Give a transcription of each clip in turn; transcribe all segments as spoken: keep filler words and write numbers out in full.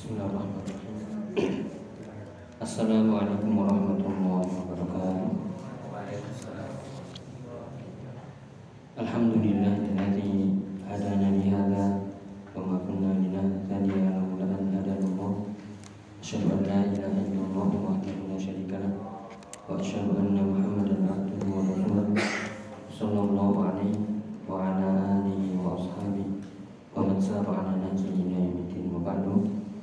Bismillahirrahmanirrahim. Assalamualaikum warahmatullahi wabarakatuh. Alhamdulillahilladzi hadana li hadza wa ma kunna linahtadiya laula an hadana Allah. Asyhadu an la ilaha illallah wahdahu la syarika lah wa asyhadu anna Muhammadan abduhu wa rasuluh sallallahu alaihi wa ala alihi wa ashabihi wa man sara ala nahjihi ila yaumil wa ba'du.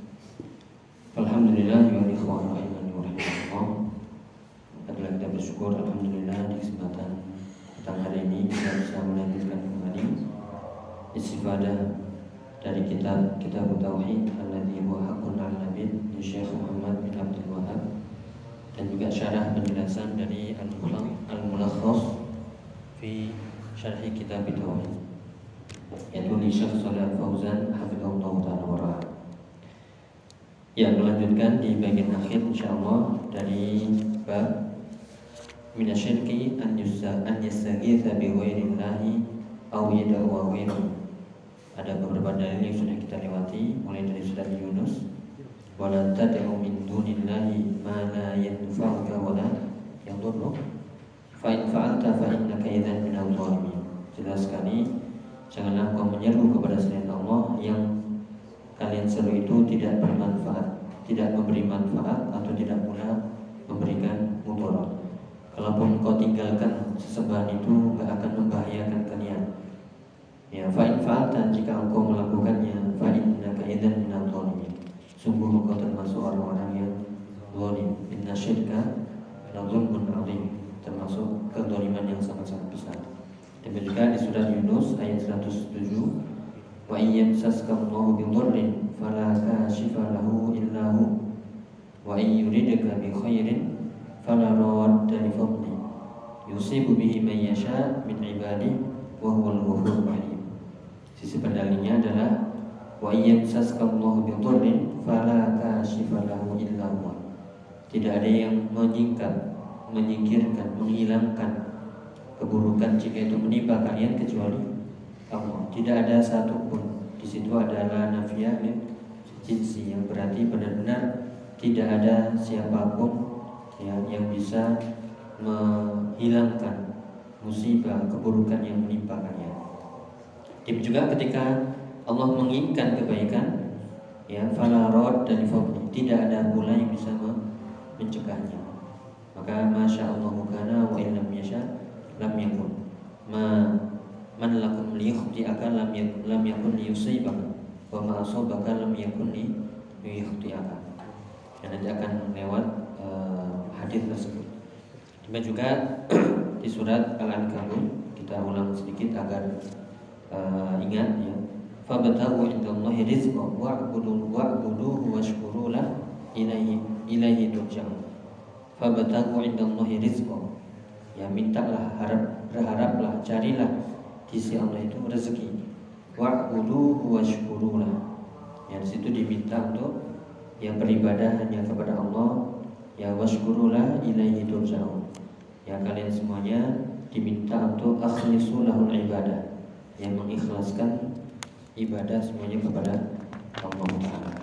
Alhamdulillah ya ikhwan rahimani wa rahimakumullah. Adalah kita bersyukur alhamdulillah di kesempatan petang hari ini kita bisa melanjutkan kembali istifadah dari kitab Kitab Tauhid alladzi huwa haqqun 'ala nabi di Syekh Muhammad bin Abdul Wahhab, dan juga syarah penjelasan dari Al-Mulakhas fi Syarhi Kitab Tauhid yaitu di Syekh Shalih Fauzan hafizahullah ta'ala wa ra'ah. Ya, melanjutkan di bagian akhir insyaallah dari bab minasyirki an yusa an yastaghitha bi ghairillahi aw yad'u ghairuhu. Ada beberapa dalil yang sudah kita lewati, mulai dari surat Yunus, wala tad'u min dunillahi ma la yanfa'uka wa la yadurruk fa in fa'alta fa innaka idzan minadh dhalimin. Jelas sekali, janganlah kau menyeru kepada selain Allah yang kalian seru itu tidak bermanfaat, tidak memberi manfaat atau tidak pula memberikan mudarat. Kalaupun kau tinggalkan sesembahan itu, gak akan membahayakan kalian. Ya, fa'in fa'altan, jika engkau melakukannya, fa'in innaka idzan minadh dhalimin. Sungguh engkau termasuk orang-orang yang zalim. Inna syirka la dzulmun 'adzim, termasuk kezaliman yang sangat-sangat besar. Demikian juga di surat Yunus ayat seratus tujuh, wa in yamsaska Allahu bidurrin fala kashifa lahu illa hu wa in yuridka bi khairin fala radda li fadli yusibu bihi man yasha min ibadihi wa huwal ghafurur rahim. Sisi pendalinya adalah wa in yamsaska Allahu bidurrin fala kashifa lahu illa hu. Tidak ada yang menyingkap, menyingkirkan, menghilangkan keburukan jika itu menimpa kalian kecuali Allah. Tidak ada satupun. Di situ adalah nafiyah lil jinsi, yang berarti benar-benar tidak ada siapapun ya, yang bisa menghilangkan musibah keburukan yang menimpa kalian. Dan juga ketika Allah menginginkan kebaikan, ya fala radda li fadli, tidak ada pula yang bisa mencegahnya. Maka masya Allah kana wa illam yasha lam yakun. Ma man lakum liyukhti'aka lam yakun lam yakun liyusibaka wa ma asabaka lam yakun liyukhti'aka. Dan nanti akan lewat uh, hadis tersebut. Demikian juga di surat Al-Ankabut, kita ulang sedikit agar uh, ingat ya. Fabtaghu 'indallahi rizqan wa'budu wa'buduhu washkuru lahu ilaihi ilaihi turja'un. Fabtaghu 'indallahi rizqan, ya mintalah, harap, berharaplah, carilah di sisi Allah itu rezeki. Wa'buduhu washkurulah. Ya, di situ diminta untuk yang beribadah hanya kepada Allah. Ya washkurulah ilaihi turja'un. Ya, kalian semuanya diminta untuk akhlisu lahul ibadah, yang mengikhlaskan ibadah semuanya kepada Allah Taala.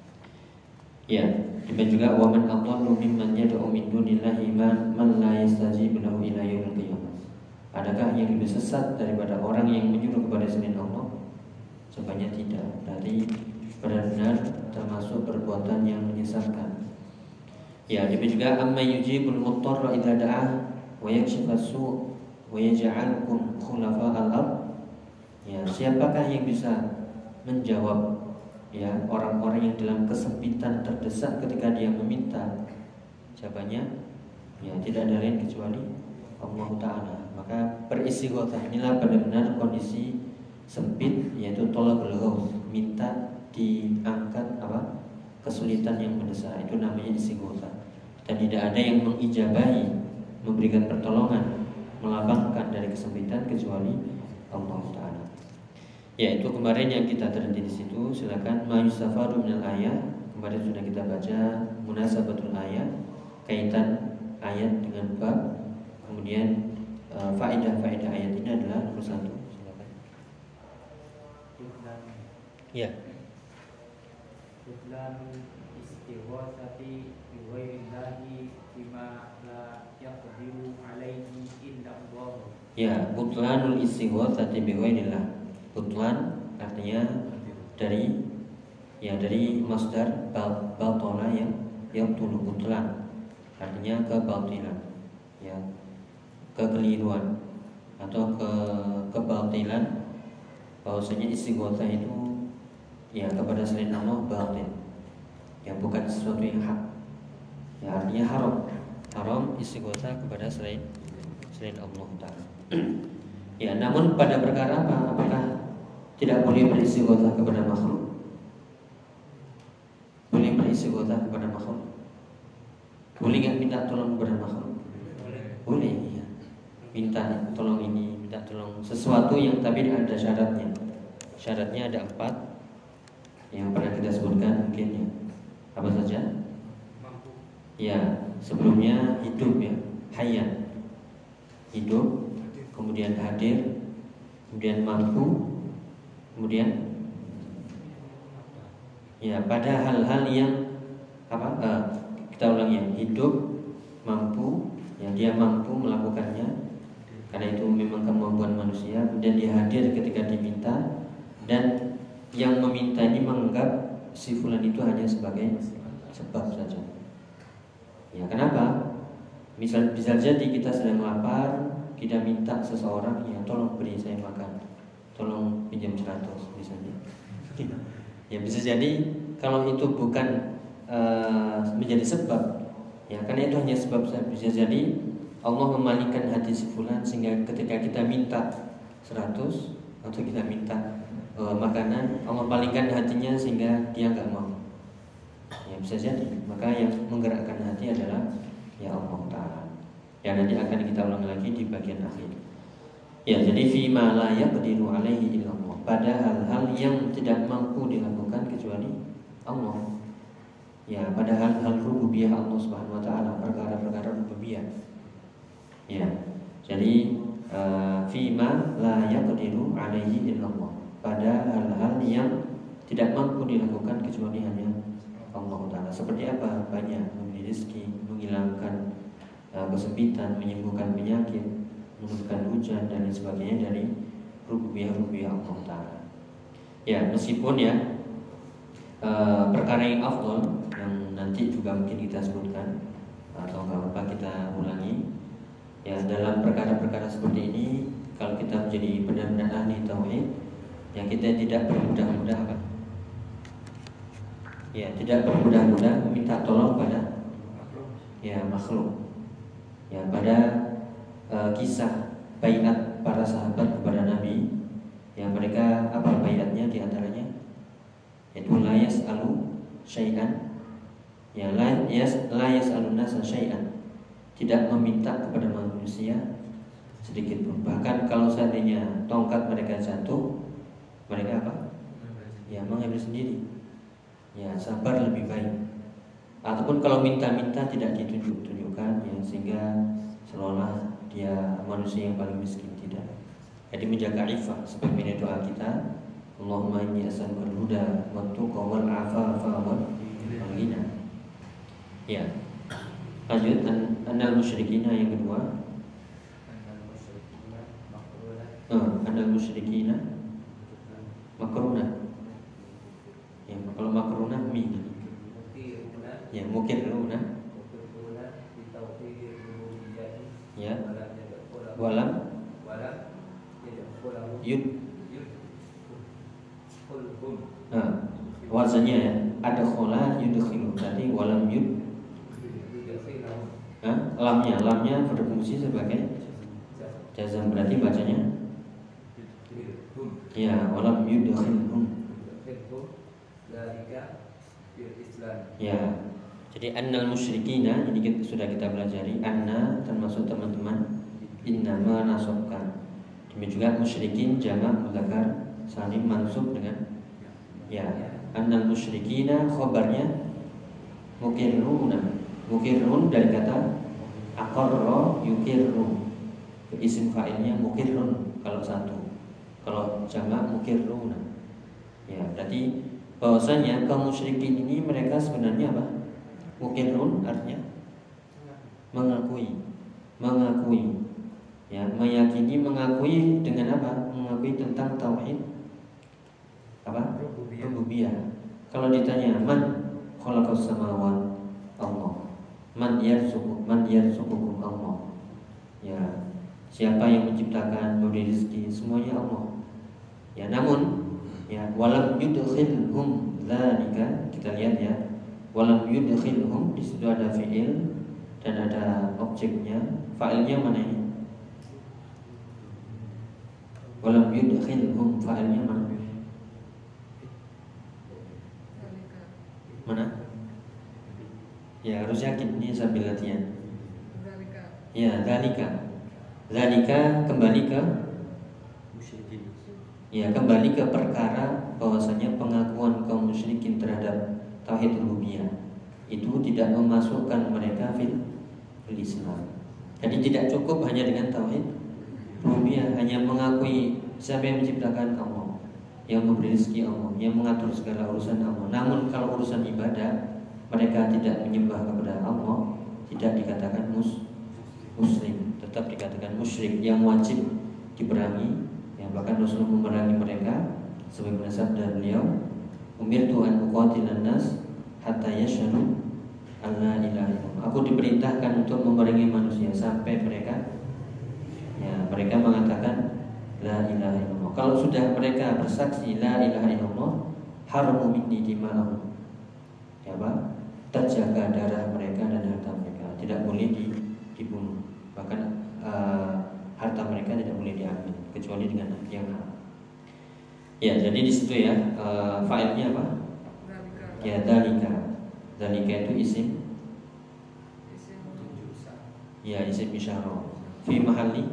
Ya, demikian juga wa man adallu mimman yad'u min dunillahi man la yastajibu lahu ila yaumil qiyamah. Adakah yang lebih sesat daripada orang yang menyuruh kepada selain Allah? Sebenarnya tidak. Berarti benar-benar termasuk perbuatan yang menyesatkan. Ya, demikian juga amma yujibul muttarra idza da'ah wa yakshifas su' wa yaj'alukum khulafa'al ard. Ya, siapakah yang bisa menjawab ya orang-orang yang dalam kesempitan terdesak ketika dia meminta? Jawabannya ya tidak ada lain kecuali Allah Ta'ala. Maka beristighotsah inilah benar-benar kondisi sempit, yaitu thalabul ghaus, minta diangkat apa kesulitan yang mendesak, itu namanya istighotsah. Dan tidak ada yang mengijabahi, memberikan pertolongan, melapangkan dari kesempitan kecuali Allah Ta'ala. Ya, itu kemarin yang kita terhenti di situ. Silakan ma yustafadu minal ayat. Kemarin sudah kita baca munasabatul ayat, kaitan ayat dengan bab. Kemudian uh, faedah-faedah ayat ini adalah nomor satu. Silakan. Ya. Butlanul istighatsati bi ghairillahi bima la yaqdiru alaihi illa Allah. Ya, butlanul istighatsati bi ghairillah. Butlan artinya dari ya dari masdar batala yang yang tulu butlan artinya kebatilan, ya kekeliruan atau ke kebatilan, bahwasanya istighatsah itu ya kepada selain Allah batil, yang bukan sesuatu yang hak, ya artinya haram, haram istighatsah kepada selain selain Allah Ta'ala. Ya, namun pada perkara apa? Apakah tidak boleh beristighatsah kepada makhluk? Boleh beristighatsah kepada makhluk? Boleh nggak minta tolong kepada makhluk? Boleh. Boleh, ya. Minta tolong ini, minta tolong sesuatu yang tapi ada syaratnya. Syaratnya ada empat yang pernah kita sebutkan mungkin ya. Apa saja? Ya, sebelumnya hidup ya, hayyan. Hidup, kemudian hadir, kemudian mampu, kemudian ya pada hal-hal yang apa? Uh, kita ulang ya, hidup, mampu, ya dia mampu melakukannya karena itu memang kemampuan manusia. Kemudian dia hadir ketika diminta, dan yang meminta ini menganggap si fulan itu hanya sebagai sebab saja. Ya kenapa? Misal bisa jadi kita sedang lapar, kita minta seseorang, ya tolong beri saya makan, tolong pinjam seratus misalnya. Ya bisa jadi kalau itu bukan uh, menjadi sebab, ya karena itu hanya sebab saja. Bisa jadi Allah memalingkan hati si fulan sehingga ketika kita minta seratus atau kita minta uh, makanan, Allah palingkan hatinya sehingga dia nggak mau. Ya bisa jadi. Maka yang menggerakkan hati adalah ya Allah Ta'ala. Ya nanti akan kita ulang lagi di bagian akhir. Ya jadi fima la yaqdiru alaihi illallah, pada hal-hal yang tidak mampu dilakukan kecuali Allah. Ya pada hal-hal rububiyah Allah Subhanahu wa taala, perkara-perkara rububiyah. Ya. Jadi uh, fima la yaqdiru alaihi illallah, pada hal-hal yang tidak mampu dilakukan kecuali hanya Allah Ta'ala. Seperti apa? Banyak, memberi rezeki, menghilangkan uh, kesempitan, menyembuhkan penyakit, menurunkan hujan dan lain sebagainya dari rububiyah-rububiyah Allah Ta'ala. Ya, meskipun ya uh, perkara yang afdal yang nanti juga mungkin kita sebutkan atau nggak apa kita ulangi. Ya, dalam perkara-perkara seperti ini kalau kita menjadi benar-benar ahli tauhid, yang kita tidak bermudah-mudah apa? Ya, tidak bermudah-mudah minta tolong pada ya makhluk. Ya, pada uh, kisah baiat para sahabat kepada Nabi, yang mereka apa baiatnya diantaranya? Yaitu la yas'alu syai'an, ya la yas la yas'alun nasa syai'an, tidak meminta kepada manusia sedikit pun. Bahkan kalau seandainya tongkat mereka jatuh, mereka apa? Ya mengambil sendiri. Ya sabar lebih baik. Ataupun kalau minta-minta tidak ditunjuk-tunjukkan, ya sehingga seolah dia manusia yang paling miskin, tidak. Jadi menjaga ifah seperti doa kita, Allahumma inni as'alukal huda wat tuqa wal afafa wal ghina. Ya. Lanjut annal musyrikina yang kedua. Eh, annal musyrikina makruna. Ya, kalau makruna mi. Ya, mukiruna. Ya. Walam yud. Nah, wazannya ya, ada khola yudkhilu, berarti walam yud. Nah, lamnya, lamnya berfungsi sebagai jazam, berarti bacanya ya walam yudkhilhum. Ya, jadi annal musyrikina ini kita, sudah kita pelajari. Anna termasuk teman-teman innama nasabkan. Demikian juga musyrikin jamak mudzakkar salim mansub dengan ya annal musyrikina, khabarnya mukirruna. Mukirrun dari kata aqarra yukirru, isim fa'ilnya mukirrun kalau satu, kalau jamak mukirruna. Ya berarti bahwasanya kaum musyrikin ini mereka sebenarnya apa? Mukirun artinya mengakui, mengakui, ya, meyakini, mengakui dengan apa? Mengakui tentang tauhid apa? Rububiyah. Kalau ditanya man khalaqas samawati, Allah. Man yarzuqu, man yarzuqukum, Allah. Ya, siapa yang menciptakan, memberi rezeki, semuanya Allah. Ya, namun ya walam yudkhilhum dzalika, kita lihat ya, walam yudkhilhum, di situ ada fiil dan ada objeknya. Fa'ilnya mana ini? Walam yudkhilhum, fa'ilnya mana? Mana? Ya harus yakin, ini sambil latihan. Ya, dzalika. Dzalika kembali ke ya kembali ke perkara bahwasanya pengakuan kaum musyrikin terhadap tauhid rububiyah itu tidak memasukkan mereka fil Islam. Jadi tidak cukup hanya dengan tauhid rububiyah, hanya mengakui siapa yang menciptakan Allah, yang memberi rezeki Allah, yang mengatur segala urusan Allah. Namun kalau urusan ibadah mereka tidak menyembah kepada Allah, tidak dikatakan mus muslim, tetap dikatakan musyrik yang wajib diperangi. Yang bahkan Rasulullah memerangi mereka sebagaimana sabda beliau, umirtu an uqatilan nas hatta yashhadu alla ilaha illallah. Aku diperintahkan untuk memerangi manusia sampai mereka ya mereka mengatakan la ilaha illallah. Kalau sudah mereka bersaksi la ilaha illallah, haramu minni dima'ahum, ya Pak, terjaga darah mereka dan harta mereka, tidak boleh di, dibunuh. Bahkan uh, harta mereka tidak boleh diambil kecuali dengan yang haram. Ya, jadi di situ ya uh, failnya apa? Ya, dalika. Dalika itu isim. Ya, isim isyarah. Fi mahalli.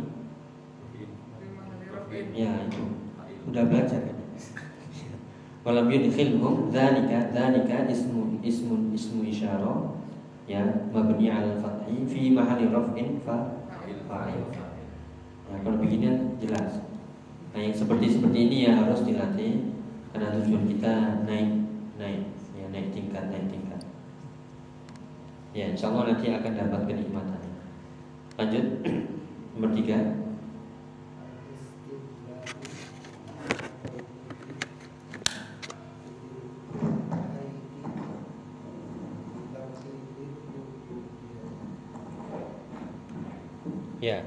Ya, itu. Udah belajar kan? Walam yudkhilhum dzalika, dzalika ismu ismun ismu isyarah ya mabni 'ala al-fathi fi mahalli raf'in fa fa'il. Ya, kalau begini jelas. Nah, yang seperti-seperti ini ya harus dilatih karena tujuan kita naik naik ya naik tingkat naik tingkat. Ya, insyaallah nanti akan dapat kenikmatan. Lanjut nomor tiga. Ya,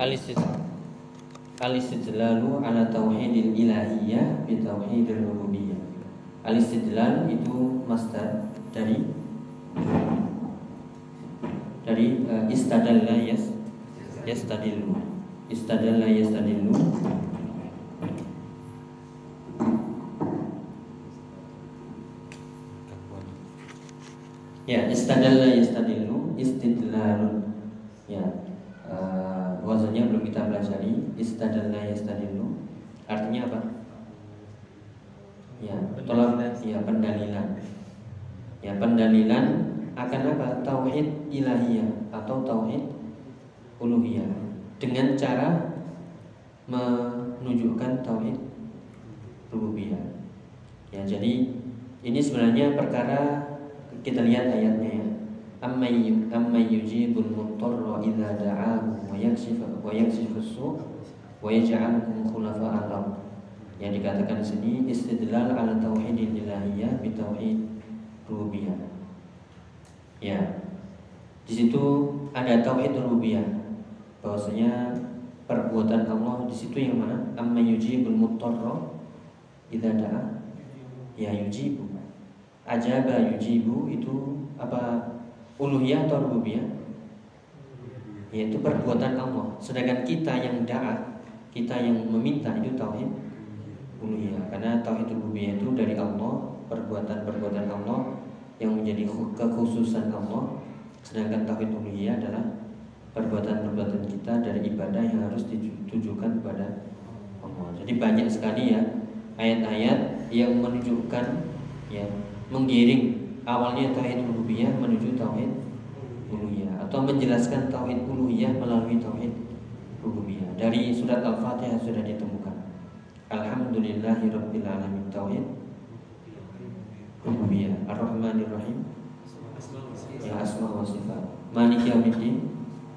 al-istidlalu ala tauhidil ilahiyah bi tauhidil rububiyah. Al-istidlal itu masdar dari dari uh, istadalla yas yastadillu. Istadalla yastadillu. Ya, istadalla yastadillu, istidlalun. Ya. Uh, wazannya belum kita pelajari. Istadalla yastadillu artinya apa? Ya, tolak ya pendalilan. Ya, pendalilan akan apa? Tauhid ilahiyah atau tauhid uluhiyah dengan cara menunjukkan tauhid rububiyah. Ya, jadi ini sebenarnya perkara kita lihat ayatnya ya. Amma yujibul muttarra idza da'ahu wa yakshifu wa yakshifu as-su' wa yaj'alukum khulafa'al ardh. Yang dikatakan di sini istidlal ala tauhidil ilahiyah bi tauhid rububiyah. Ya. Di situ ada tauhid rububiyah. Bahwasanya perbuatan Allah di situ yang mana? Amma yujibul muttarra idza da'a. Ya, yujibu. Ajaba yujibu itu apa? Uluhiyah atau rububiyah? Yaitu perbuatan Allah. Sedangkan kita yang da'a, kita yang meminta itu tauhid uluhiyah. Karena tauhid rububiyah itu dari Allah, perbuatan-perbuatan Allah yang menjadi kekhususan Allah. Sedangkan tauhid uluhiyah adalah perbuatan-perbuatan kita dari ibadah yang harus ditujukan kepada Allah. Jadi banyak sekali ya ayat-ayat yang menunjukkan ya menggiring awalnya tauhid rububiyah menuju tauhid uluhiyah atau menjelaskan tauhid uluhiyah melalui tauhid rububiyah. Dari surat Al-Fatihah sudah ditemukan. Alhamdulillahirabbil alamin tauhid Ar-Rahmanir Rahim, ya asma wa sifat. Maliki yaumiddin,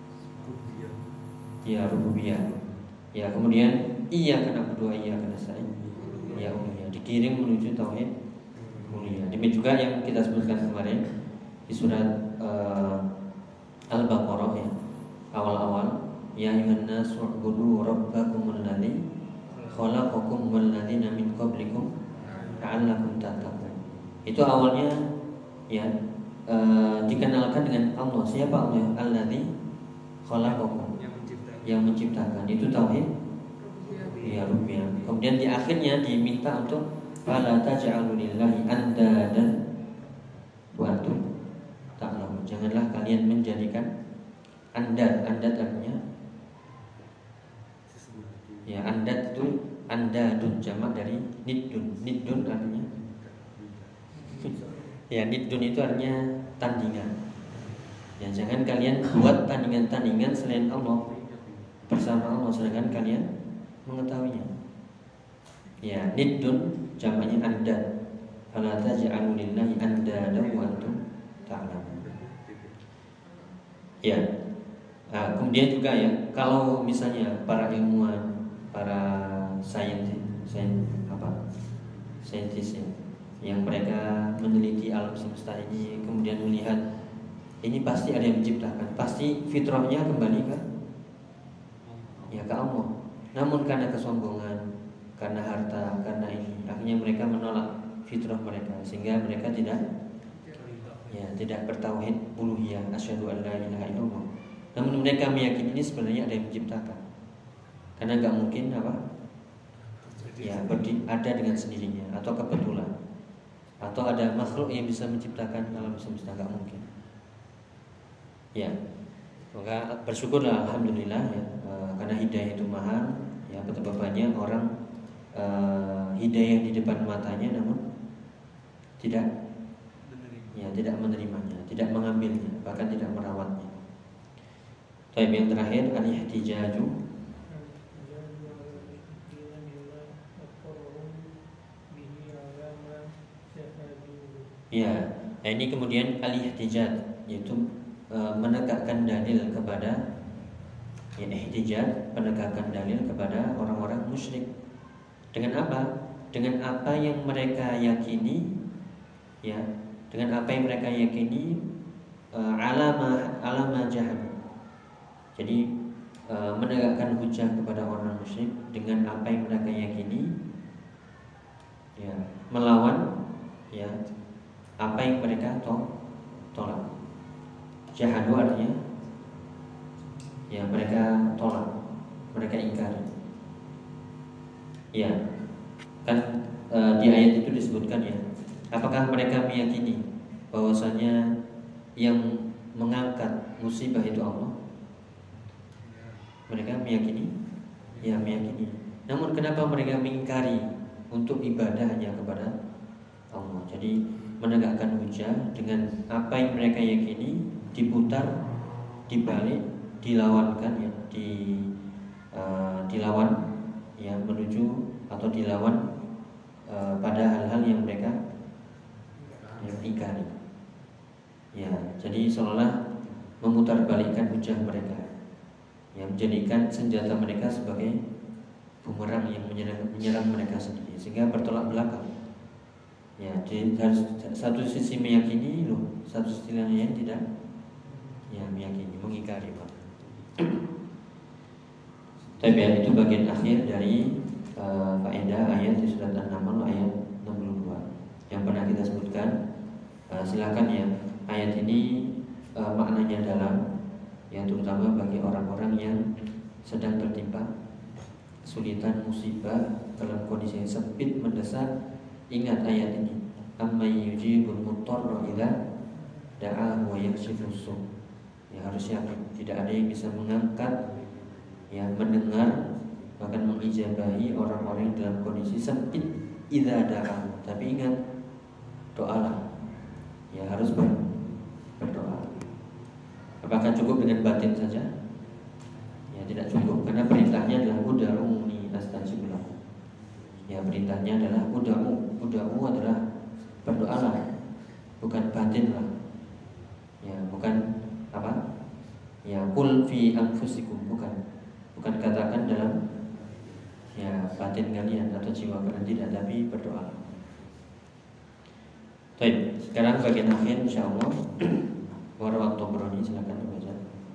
ya rububiyah. Ya kemudian iyyaka na'budu wa iyyaka nasta'in, ya uluhiyah. Dikirim menuju tauhid uluhiyah. Demikian juga yang kita sebutkan kemarin di surat uh, Al-Baqarah ya, awal-awal, ya ayyuhan nas u'budu rabbakumul ladzi khalaqakum wal ladzina min qablikum la'allakum tattaqun. Itu awalnya ya e, dikenalkan dengan Allah. Siapa Allah? Alladzi khalaqakum, yang menciptakan. Itu tauhid ya rububiyah. Kemudian di akhirnya diminta untuk fala taj'alu lillahi andadan wa antum ta'lamun. Janganlah kalian menjadikan andad. Andad artinya ya andad itu andadun, jamak dari niddun. Niddun artinya ya niddun itu artinya tandingan. Ya jangan kalian buat tandingan-tandingan selain Allah bersama Allah sedangkan kalian mengetahuinya. Ya niddun jamaknya andad. Fala taj'alu lillahi andadan wa antum ta'lamun. Ya. Nah, kemudian juga ya kalau misalnya para ilmuwan, para saintis, sains apa, saintis ya, yang mereka meneliti alam semesta ini, kemudian melihat ini pasti ada yang menciptakan, pasti fitrahnya kembali ke ya ke Allah. Namun karena kesombongan, karena harta, karena ini, akhirnya mereka menolak fitrah mereka sehingga mereka tidak ya tidak bertauhid uluhiyah, asyhadu an la ilaha illallah. Namun mereka meyakini ini sebenarnya ada yang menciptakan. Karena nggak mungkin apa? Ya berdi, ada dengan sendirinya atau kebetulan atau ada makhluk yang bisa menciptakan alam semesta, nggak mungkin. Ya, maka bersyukurlah alhamdulillah ya, e, karena hidayah itu mahal. Ya betapa banyak orang e, hidayah di depan matanya namun tidak ya tidak menerimanya, tidak mengambilnya, bahkan tidak merawatnya. Tapi yang terakhir al-ihtijaju ya, nah ini kemudian al-ihtijaj yaitu e, menegakkan dalil kepada ya, ihtijaj penegakkan dalil kepada orang-orang musyrik. Dengan apa? Dengan apa yang mereka yakini ya, dengan apa yang mereka yakini e, alama alama jahal. Jadi e, menegakkan hujah kepada orang musyrik dengan apa yang mereka yakini ya, melawan ya apa yang mereka to- tolak. Jahadu artinya ya mereka tolak, mereka ingkar. Ya, kan e, di ayat itu disebutkan ya, apakah mereka meyakini bahwasanya yang mengangkat musibah itu Allah? Mereka meyakini, ya meyakini. Namun kenapa mereka mengingkari untuk ibadah hanya kepada Allah? Jadi menegakkan hujah dengan apa yang mereka yakini diputar, dibalik, dilawankan ya, di uh, dilawan ya menuju atau dilawan uh, pada hal-hal yang mereka yang ingkari. Ya, jadi seolah memutarbalikkan hujah mereka, yang menjadikan senjata mereka sebagai bumerang yang menyerang, menyerang mereka sendiri sehingga bertolak belakang. Ya, di satu sisi meyakini loh, satu sisi lainnya tidak ya meyakini, mengingkari Pak. Tapi ya, itu bagian akhir dari uh, faedah ayat di surat An-Naml ayat enam puluh dua yang pernah kita sebutkan. Uh, silakan ya, ayat ini uh, maknanya dalam, yang terutama bagi orang-orang yang sedang tertimpa kesulitan, musibah, dalam kondisi yang sempit, mendesak. Ingat ayat ini, amma yujibul muttarra idza da'ahu wa yakshifus su'. Ya harus yakin tidak ada yang bisa mengangkat, ya mendengar, bahkan mengijabahi orang-orang yang dalam kondisi sempit idza da'ahu. Tapi ingat, doalah. Ya harus ber, berdoa. Apakah cukup dengan batin saja? Ya tidak cukup, karena perintahnya adalah ud'uuni astajib lakum. Ya perintahnya adalah ud'u, ud'u adalah berdoalah. bukan batin lah. Ya, bukan apa? Ya, qul fi anfusikum, bukan. Bukan katakan dalam ya batin kalian atau jiwa kalian, tidak, tapi berdoa. Baik, sekarang bagian akhir insyaallah. Warahmatullahi wabarakatuh, silakan dibaca.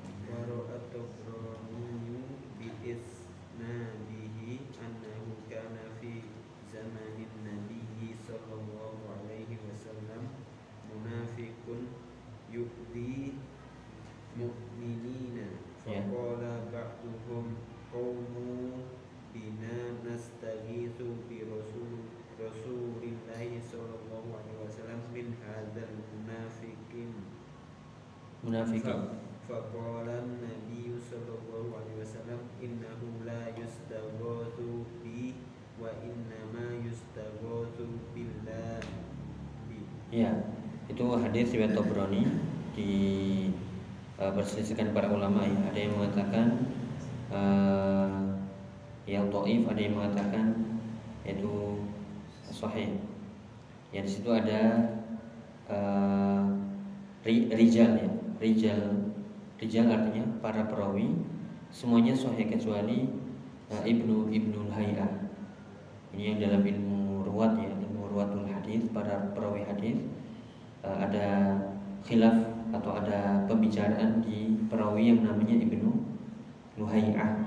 Warahmatullahi bi isnadihi annahu kana fi zamanin nabiyyi sallallahu alaihi wasallam munafiqun yu'dhi mu'minina faqala ba'duhum qawmu bina nastaghithu bi rasul rasulillahi sallallahu alaihi wasallam min hadzal munafiqin Munafiqin. faqala an-nabiy sallallahu alaihi wasallam innahu la yustaghathu bi wa innama yustaghathu billah. Ya, itu hadis riwayat Tabrani di uh, berselisihkan para ulama ya. Ada yang mengatakan uh, yang dhaif, ada yang mengatakan itu sahih. Ya, di situ ada uh, rijal ya. Rijal rijal artinya para perawi semuanya sahih kecuali uh, Ibnu Ibnul Hay'ah. Ini yang dalam ilmu ruwat ya, ilmu ruwatul hadis, para perawi hadis uh, ada khilaf atau ada pembicaraan di perawi yang namanya Ibnu Luhai'ah.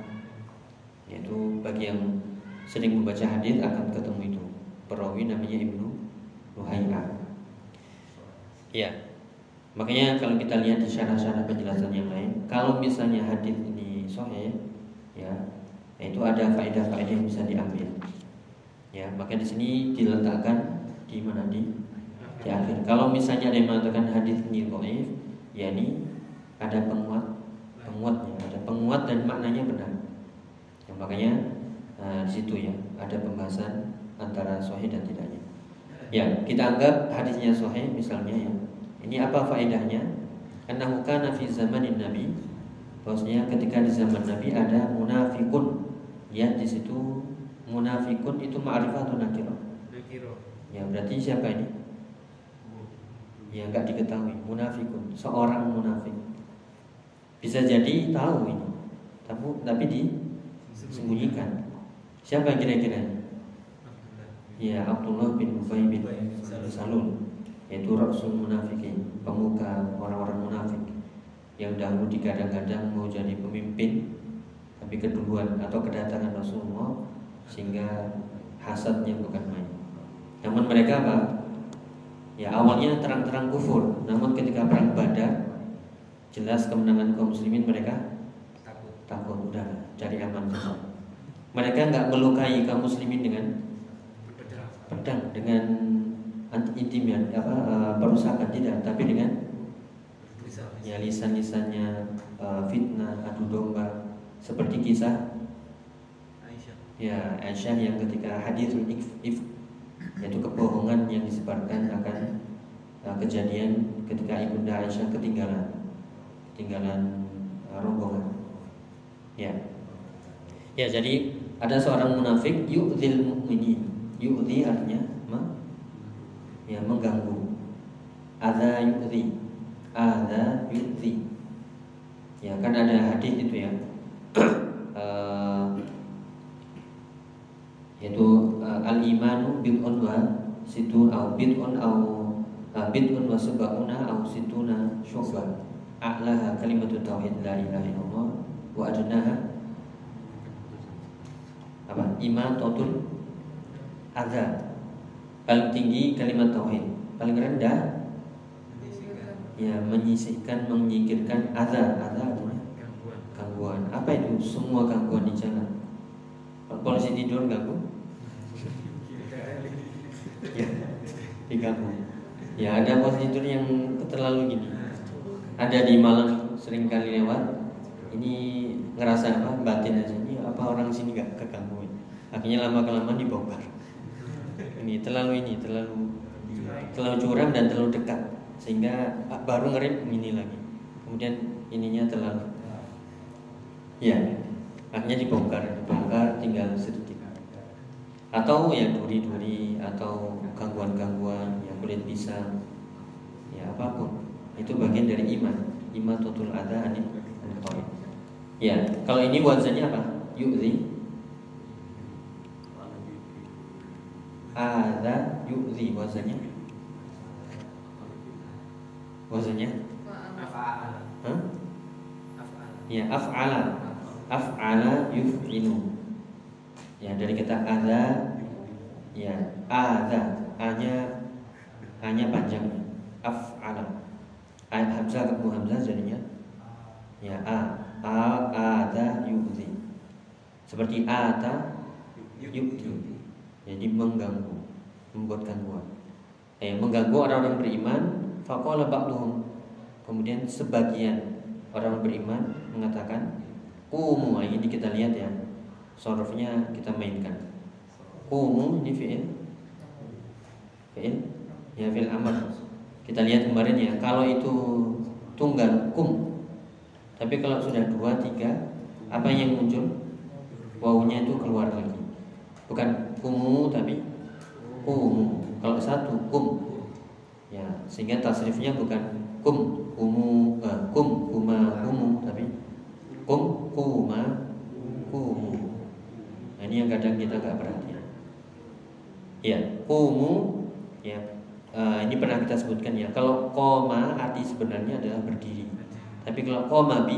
Yaitu bagi yang sering membaca hadis akan ketemu itu perawi namanya Ibnu Luhai'ah. Ya. Makanya kalau kita lihat di syarah-syarah penjelasan yang lain, kalau misalnya hadis ini sahih, ya, itu ada faedah-faedah yang bisa diambil. Ya, maka di sini diletakkan di mana di di akhir. Kalau misalnya ada yang mengatakan hadis ini dhaif, ya ini ada penguat penguatnya, ada penguat dan maknanya benar. Ya, makanya nah, di situ ya ada pembahasan antara sahih dan tidaknya. Ya, kita anggap hadisnya sahih misalnya ya. Ini apa faedahnya? Annahu kana fi zamanin Nabi, bahwasanya ketika di zaman Nabi ada munafikun. Ya, di situ munafikun itu ma'rifah atau nakirah? Nakirah. Ya, berarti siapa ini? Ya, enggak diketahui. Munafikun, seorang munafik. Bisa jadi tahu ini, tapi tapi disembunyikan. Siapa kira-kira? Ya, Abdullah bin Ubay bin Salul. Yaitu rasul munafikin, pemuka orang-orang munafik yang dahulu digadang-gadang mau jadi pemimpin, tapi keduluan atau kedatangan Rasulullah sehingga hasadnya bukan main. Namun mereka apa? Ya, awalnya terang-terang kufur, namun ketika perang Badar jelas kemenangan kaum muslimin, mereka Takut. takut, udah cari aman saja. Mereka enggak melukai kaum muslimin dengan pedang, dengan intimian apa uh, perusakan, tidak, tapi dengan ya lisan-lisannya uh, fitnah, adu domba, seperti kisah Aisyah. Ya, Aisyah yang ketika hadithul if, if yaitu kebohongan yang disebarkan akan uh, kejadian ketika ibunda Aisyah ketinggalan ketinggalan uh, rombongan. Ya. Ya, jadi ada seorang munafik yu'dzil mu'minin. Yu'dzi artinya ma? Ya, mengganggu. Adza yu'dzi. Adza yu'dzi. Ya, kan ada hadis itu ya. uh, yaitu uh, al-imanu bid'un wa situn au bid'un au uh, bid'un wa sab'una au situna syu'bah. A'laha kalimatu tauhid la ilaha illallah wa adnaha apa? Imatatul adza. Paling tinggi kalimat tauhid, paling rendah ya menyisihkan, menyingkirkan adza. Adza artinya Gangguan. gangguan. Apa itu? Semua gangguan di jalan. Kalau polisi tidur ganggu? Ya, diganggu. Ya, ada polisi tidur yang terlalu gini. Ada di Malang sering kali lewat. Ini ngerasa apa? Batin aja. Ini apa orang sini gak keganggu? Akhirnya lama kelamaan dibongkar. Ini terlalu ini terlalu terlalu curam dan terlalu dekat sehingga baru ngerem ini lagi. Kemudian ininya terlalu ya, akhirnya dibongkar, dibongkar tinggal sedikit. Atau ya duri-duri atau gangguan-gangguan ya kulit pisang. Ya, apapun. Itu bagian dari iman. Imatatul adza anit thariq. Ya, kalau ini wazannya apa? Yu'zi. Adza yu'zi wazannya. Wazannya? Af'al. Hah? Af'al. Ya, af'ala. Af'ala yuf'ilu. Ya, dari kata adza. Ya, adza. A-nya A-nya panjang. Af'ala. A hamzah ketemu hamzah jadinya ya a a adza yu'zi. Seperti ata yu'ti. Jadi mengganggu, membuat gangguan. Eh, mengganggu orang-orang beriman. Faqala ba'dhum. Kemudian sebagian orang beriman mengatakan, "Qumu." Ini kita lihat ya. Sorofnya kita mainkan. Qumu ini fi'il. Fi'il. Ya fi'il amr. Kita lihat kemarin ya. Kalau itu tunggal kum. Tapi kalau sudah dua, tiga, apa yang muncul? Wawunya itu keluar lagi. Bukan kumu tapi kumu. Kalau satu kum. Ya, sehingga tasrifnya bukan kum, kumu, eh, kum, kuma, kumu, tapi kum, kuma, kumu. Nah, ini yang kadang kita gak perhatian. Ya, kumu, ya, uh, ini pernah kita sebutkan ya. Kalau koma arti sebenarnya adalah berdiri. Tapi kalau koma bi,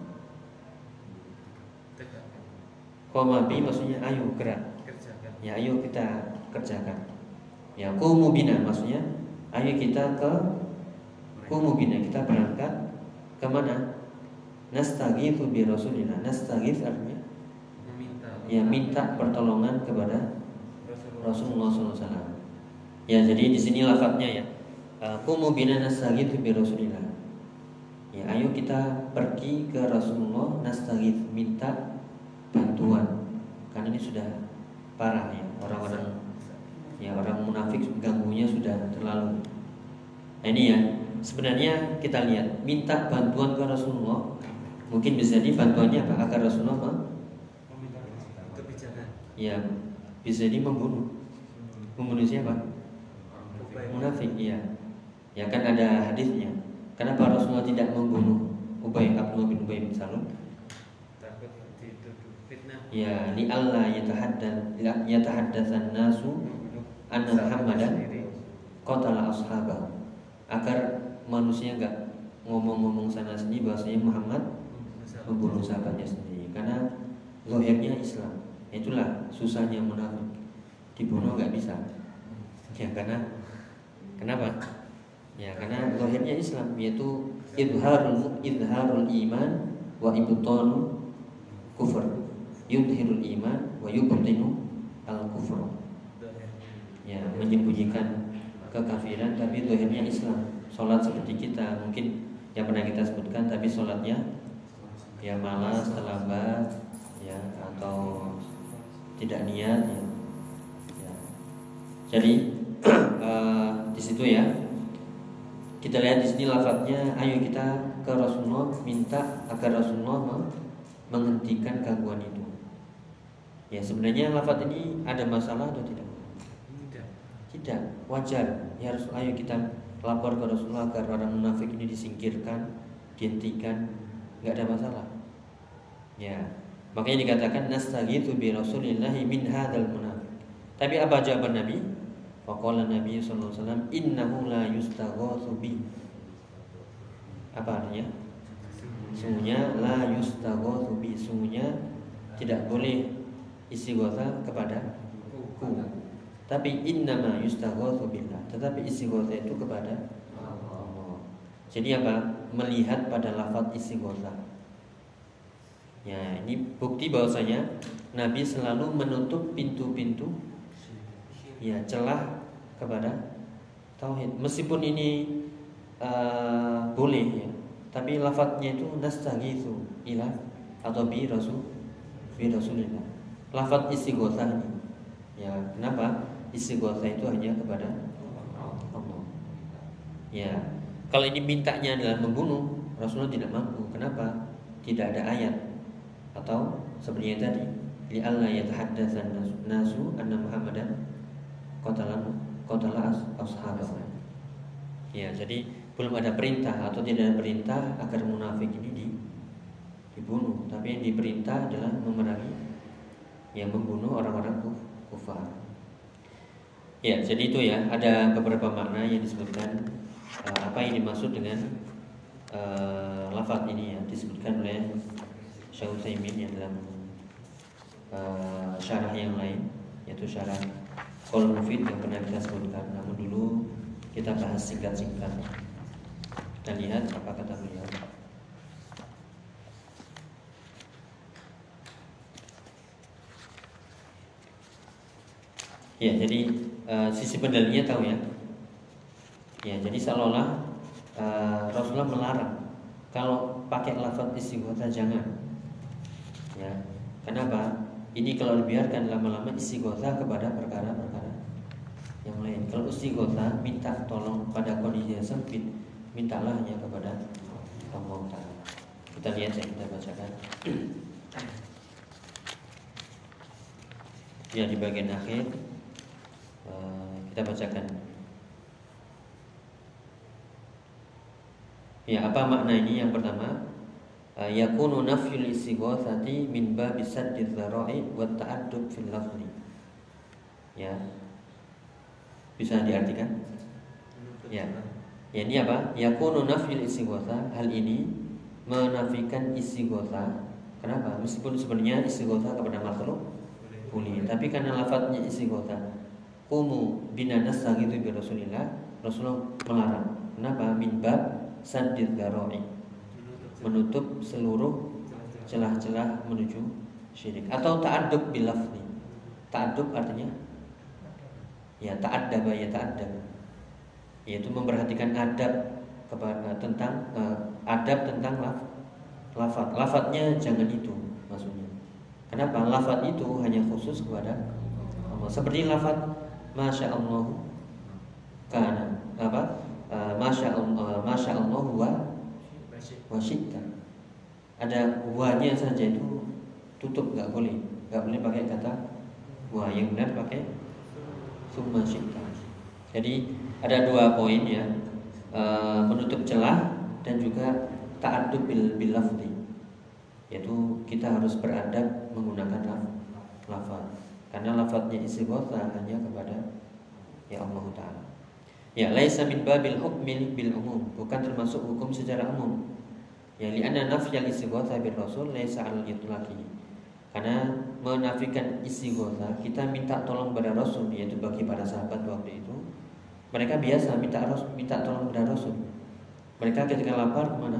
koma bi maksudnya ayo gerak. Ya, ayo kita kerjakan. Ya, kumu bina maksudnya ayo kita ke kumu bina, kita berangkat ke mana? Nastaghitsu bi Rasulillah. Nastaghits artinya Meminta. ya minta pertolongan kepada Rasulullah shallallahu alaihi wasallam. Ya, jadi di sini lafadznya ya. Kumu bina nastaghitsu bi Rasulillah. Ya, ayo kita pergi ke Rasulullah nastaghits, minta bantuan. Karena ini sudah parah ya, orang-orang ya orang munafik ganggunya sudah terlalu. Nah, ini ya, sebenarnya kita lihat minta bantuan ke Rasulullah. Mungkin bisa jadi bantuannya apa? Agar Rasulullah apa? Kebijakan. Ya, bisa jadi membunuh. Membunuh siapa? Munafik, iya. Ya kan ada hadisnya. Kenapa Rasulullah tidak membunuh Ubay Abdullah bin Ubay bin Salul? Takut dituduh fitnah. Ya, li Allah yatahaddan yatahaddatsan nasu anna Muhammadan qatala ashabahu. Agar manusia enggak ngomong-ngomong sana sini bahwasanya Muhammad membunuh sahabatnya sendiri. Karena zahirnya Islam. Itulah susahnya munafik. Dibunuh enggak bisa. Ya, karena kenapa? Ya, karena zahirnya Islam, yaitu idharul idharul iman wa ibtanul kufur. Yudhirul iman wa yubtinu al kufur. Ya, menyembunyikan kekafiran tapi zahirnya Islam. Salat seperti kita, mungkin yang pernah kita sebutkan, tapi salatnya ya malas, terlambat, ya, atau tidak niat ya. Ya. Jadi uh, di situ ya. Kita lihat di sini lafadznya, ayo kita ke Rasulullah minta agar Rasulullah menghentikan gangguan itu. Ya, sebenarnya lafadz ini ada masalah atau tidak? Tidak. Tidak, wajar. Ya, harus ayo kita lapor ke Rasulullah agar orang munafik ini disingkirkan, dihentikan, nggak ada masalah. Ya, makanya dikatakan nastaghitsu bi Rasulillahi min hadzal munafik. Tapi apa jawaban Nabi? Faqala Nabi sallallahu alaihi wasallam, innahu la yustaghatsu bi. Apa artinya? Sungguhnya la yustaghatsu bi, sungguhnya tidak boleh istighatsah kepada ku. Tapi innama yustaghatsu billah. Tetapi istighatsah itu kepada Allah. Jadi apa? Melihat pada lafaz istighatsah. Ya, ini bukti bahwasanya Nabi selalu menutup pintu-pintu ya celah kepada tauhid. Meskipun ini uh, boleh ya, tapi lafadznya itu nastaghitsu ila atau bi rasul bi Rasulillah. Lafadz istighatsah ini. Ya, kenapa? Istighatsah itu hanya kepada Allah. Ya, kalau ini mintanya adalah membunuh, Rasulullah tidak mampu. Kenapa? Tidak ada ayat atau sebenarnya tadi li alla yatahaddatsan nasu anna Muhammadan qatala qatala ashabahu. Ya, jadi belum ada perintah atau tidak ada perintah agar munafik ini di, dibunuh, tapi yang diperintah adalah memerangi yang membunuh orang-orang kufar. Ya, jadi itu ya, ada beberapa makna yang disebutkan uh, apa yang dimaksud dengan uh, lafaz ini ya, disebutkan oleh Syekh Utsaimin ya dalam uh, syarah yang lain, yaitu syarah Qaul Mufid yang pernah kita sebutkan. Namun dulu kita bahas singkat-singkat. Kita lihat apa kata beliau. Ya, jadi uh, sisi pendalinya tahu ya. Ya, jadi seolah-olah uh, Rasulullah melarang kalau pakai lafaz istighotsah jangan. Ya, kenapa? Ini kalau dibiarkan lama-lama istighotsah kepada perkara-perkara yang lain. Kalau istighotsah minta tolong pada kondisi yang sempit, mintalah hanya kepada Allah Ta'ala. Kita lihat ya, kita bacakan. Ya, di bagian akhir uh, kita bacakan. Ya, apa makna ini? Yang pertama, yakunu nafyul istighotsati min babi saddid dzara'i wa ta'addub fil lafzi. Ya. Bisa diartikan? Ya. Ya, ini apa? Yakunu nafyul istighotsah, hal ini menafikan istighotsah. Kenapa? Meskipun sebenarnya istighotsah kepada makhluk boleh, tapi karena lafadznya istighotsah, qumu bina nastaghitsu bi Rasulillah, Rasulullah melarang. Kenapa? Min bab saddid dzara'i, menutup seluruh celah-celah menuju syirik. Atau ta'addub bil lafzi. Ta'addub artinya ya ta'addaba ya ta'addab, yaitu memperhatikan adab kepada tentang uh, adab tentang laf, lafaz. Lafaznya jangan itu maksudnya. Kenapa? Lafaz itu hanya khusus kepada Allah. Seperti lafaz masya Allah kana apa? Uh, masya Allah, masya Allah wa wasyita. Ada wanya saja itu tutup, nggak boleh, nggak boleh pakai kata wa, yang benar pakai summa syita. Jadi ada dua poin ya, e, menutup celah dan juga ta'addub bil, bil lafzi, yaitu kita harus beradab menggunakan laf, lafaz, karena lafaznya istighotsah hanya kepada ya Allah Ta'ala. Ya, laisa min babil hukmi bil umum, bukan termasuk hukum secara umum. Ya, li'anna nafyal istighotsah bir rasul laisa 'alal itlaqi. Karena menafikan istighotsah, kita minta tolong pada Rasul, yaitu bagi para sahabat waktu itu. Mereka biasa minta Rasul, minta tolong pada Rasul. Mereka ketika lapar kemana?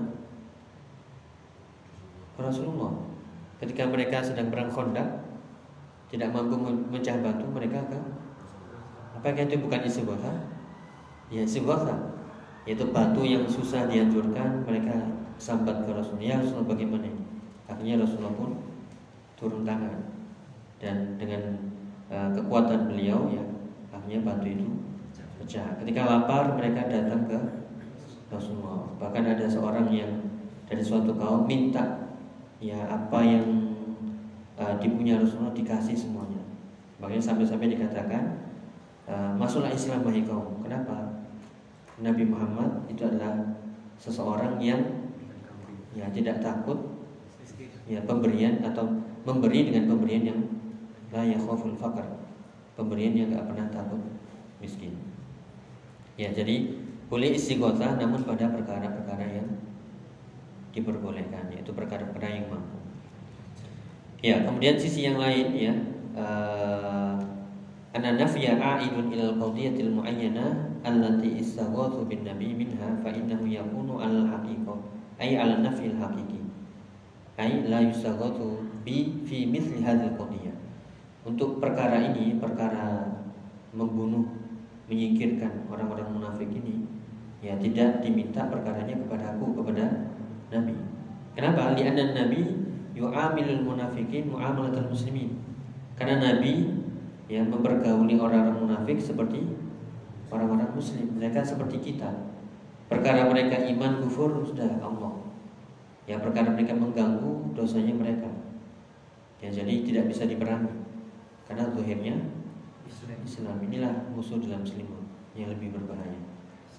Ke Rasulullah. Ketika mereka sedang perang Khandaq, tidak mampu memecah batu, mereka ke apakah itu bukan istighotsah? Ya, istighotsah, yaitu batu yang susah dihancurkan, mereka sambat ke Rasulullah. Ya Rasulullah, bagaimana ini? Akhirnya Rasulullah pun turun tangan, dan dengan uh, kekuatan beliau ya akhirnya batu itu pecah. Ketika lapar mereka datang ke Rasulullah. Bahkan ada seorang yang dari suatu kaum minta ya apa yang uh, dipunya Rasulullah dikasih semuanya. Makanya sampai-sampai dikatakan uh, masuklah Islam wahai kaum. Kenapa? Nabi Muhammad itu adalah seseorang yang ya tidak takut ya pemberian, atau memberi dengan pemberian yang la yakhaful faqr, pemberian yang enggak pernah takut miskin. Ya, jadi boleh istighotsah namun pada perkara-perkara yang diperbolehkan, yaitu perkara-perkara yang mampu. Ya, kemudian sisi yang lain ya, uh, anna nafya a'idun ilal qadiyatil mu'ayyanah allati istaghatsu bin nabi minha fa innahu yakunu al haqiqah ay ala nafil haqiqi ay la yustaghatsu bi fi mithli hadzal qadiyah. Untuk perkara ini, perkara membunuh, menyingkirkan orang-orang munafik ini, ya tidak diminta perkaranya kepada aku, kepada Nabi. Kenapa? Li'anna Nabi yu'amilul munafikin mu'amalatul muslimin. Karena Nabi ya mempergauli orang-orang munafik seperti orang-orang muslim. Mereka seperti kita. Perkara mereka iman, kufur, sudah Allah. Ya, perkara mereka mengganggu, dosanya mereka. Ya, jadi tidak bisa diperangi. Karena zahirnya Islam. Inilah musuh dalam selimut yang lebih berbahaya.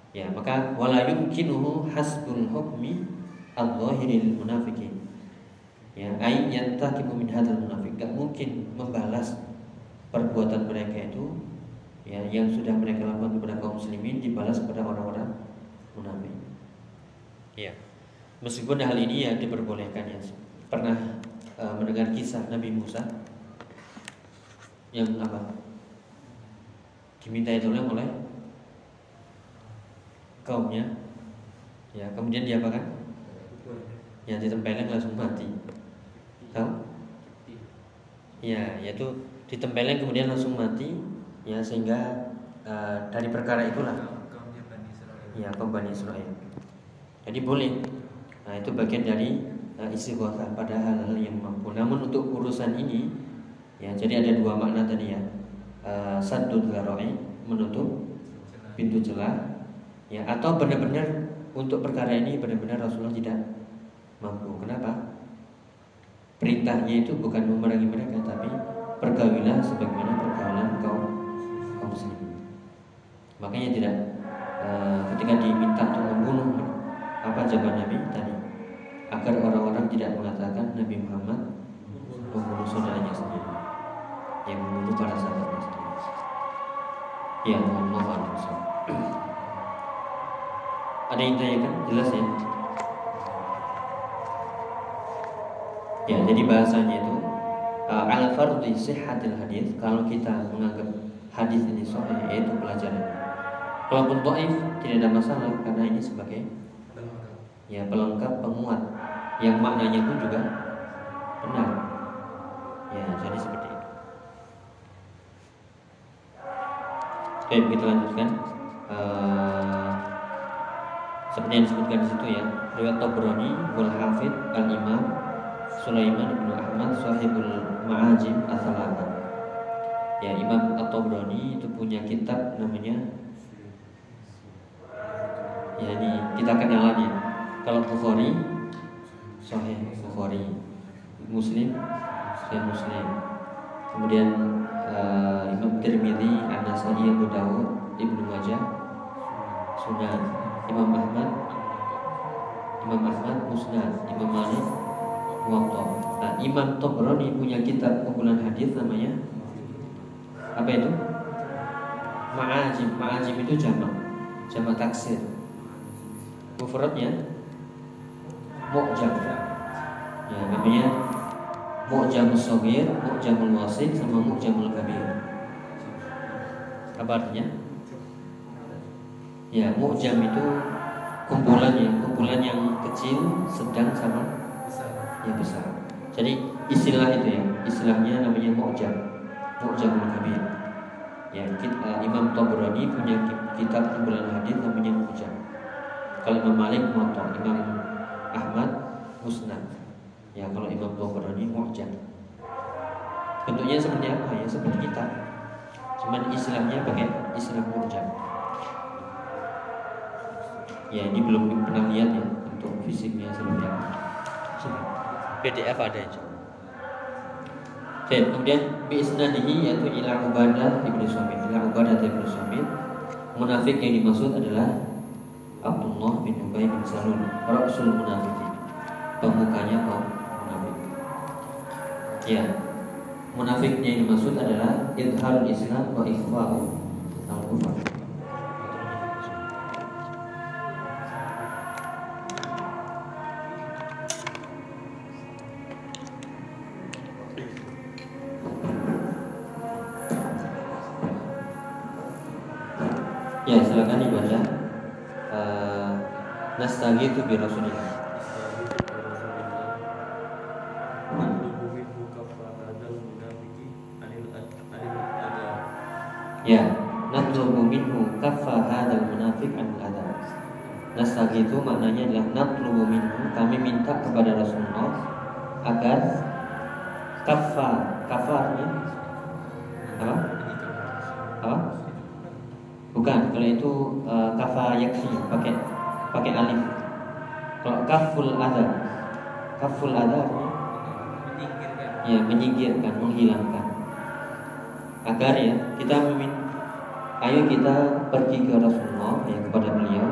Ya, maka wala yumkinuhu hasbul hukmi al-zahiril munafiqin. Ya, ay yantakimu min hadzal munafiq. Gak mungkin membalas perbuatan mereka itu ya yang sudah mereka lakukan kepada kaum muslimin dibalas kepada orang-orang munafik. Ya. Meskipun hal ini ya diperbolehkan ya. Pernah uh, mendengar kisah Nabi Musa yang apa? Diminta tolong oleh kaumnya. Ya, kemudian dia apa kan? Ya, ditempelin langsung mati. Tahu? Ya, yaitu ditempelin kemudian langsung mati. Ya, sehingga uh, dari perkara itulah ya kaum Bani Israil. Jadi boleh. Nah, itu bagian dari uh, istighatsah pada hal-hal yang mampu. Namun untuk urusan ini ya jadi ada dua makna tadi ya. Uh, saddul dzara'i, menutup pintu celah ya, atau benar-benar untuk perkara ini benar-benar Rasulullah tidak mampu. Kenapa? Perintahnya itu bukan memerangi mereka, tapi pergaulilah sebagaimana pergaulan kaum kaum muslimin. Makanya tidak uh, ketika diminta untuk membunuh, apa jawaban Nabi tadi? Agar orang-orang tidak mengatakan Nabi Muhammad membunuh saudaranya sendiri, yang membunuh para sahabatnya sendiri. Ya, Allah Allah. Ada yang tanyakan? Jelas ya? Ya, jadi bahasanya itu uh, ala fardhi sihhatil hadis. Kalau kita menganggap hadis ini sahih, yaitu pelajaran. Kalaupun dhaif tidak ada masalah karena ini sebagai ya pelengkap penguat yang maknanya pun juga benar. Ya, jadi seperti itu. Oke, kita lanjutkan. Uh, seperti yang disebutkan di situ ya, riwayat Tabrani wal Hafidz al-Imam Sulaiman bin Ahmad sahibul Ma'ajim as-Salatah. Ya, Imam At-Tabrani itu punya kitab namanya ya ini kita kenalan ya. Kalau Bukhari Sahih Bukhari, Muslim Sahih Muslim. Kemudian uh, Imam Tirmidzi, An-Nasa'i, Abu Dawud, Ibnu Majah Sunan, Imam Ahmad Imam Ahmad Musnad, Imam Malik Muwatta. Nah, Imam Tabrani punya kitab kumpulan hadis namanya apa itu? Ma'ajim. Ma'ajim itu jamak, jamak taksir. Mufradnya Mu'jam. Ya, namanya Mu'jamul Shaghir, Mu'jamul Wasit, sama Mu'jamul Kabir. Apa artinya? Ya, Mu'jam itu kumpulan ya, kumpulan yang kecil, sedang, sama yang besar. Jadi istilah itu ya, istilahnya namanya Mu'jam, Mu'jamul Kabir. Ya, kita, Imam Tabrani punya kitab kumpulan hadis namanya Mu'jam. Kalau Imam Malik Muwatta, Imam Ahmad Musnad. Ya, kalau Imam Tabrani Mu'jam. Bentuknya seperti apa ya? Seperti kita. Cuman istilahnya pakai istilah Mu'jam. Ya, ini belum pernah lihat ya untuk fisiknya seperti apa. P D F ada aja. Oke, kemudian bi isnadihi yaitu ila Ubadah ibnu Samit. Ila Ubadah ibnu Samit. Munafik yang dimaksud adalah Abdullah bin Ubay bin Salul, Rasul Munafiqin, pemukanya kaum munafik. Ya, munafiknya yang dimaksud adalah idharul Islam wa ikhfa'u al-kufar. Ya, silakan dibaca. Uh, Nastaghiitsu bi Rasulillah. Ya, natlubu minhu kaffa hadzal munafiq an adza. Nastaghiitsu maknanya adalah natlubu minhu, kami minta kepada Rasulullah agar kaffa, kafarnya apa? Apa? Bukan, kalau itu uh, kafa yakfi pakai pakai alif. Kalau kaful adza, kaful adza ya menyingkirkan, menghilangkan. Agar ya kita meminta, ayo kita pergi ke Rasulullah ya kepada beliau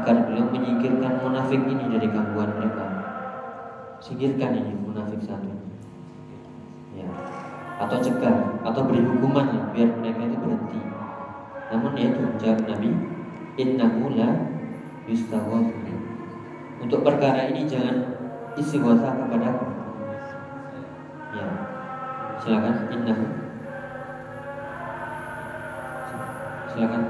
agar beliau menyingkirkan munafik ini dari gangguan mereka. Singkirkan ini munafik satu, ya, atau cegah, atau beri hukuman ya, biar mereka itu berhenti. Namun ya itu jawab Nabi, innahu la yustaghafu. Untuk perkara ini jangan istighatsah kepada aku. Ya, silakan innahu. Silakan.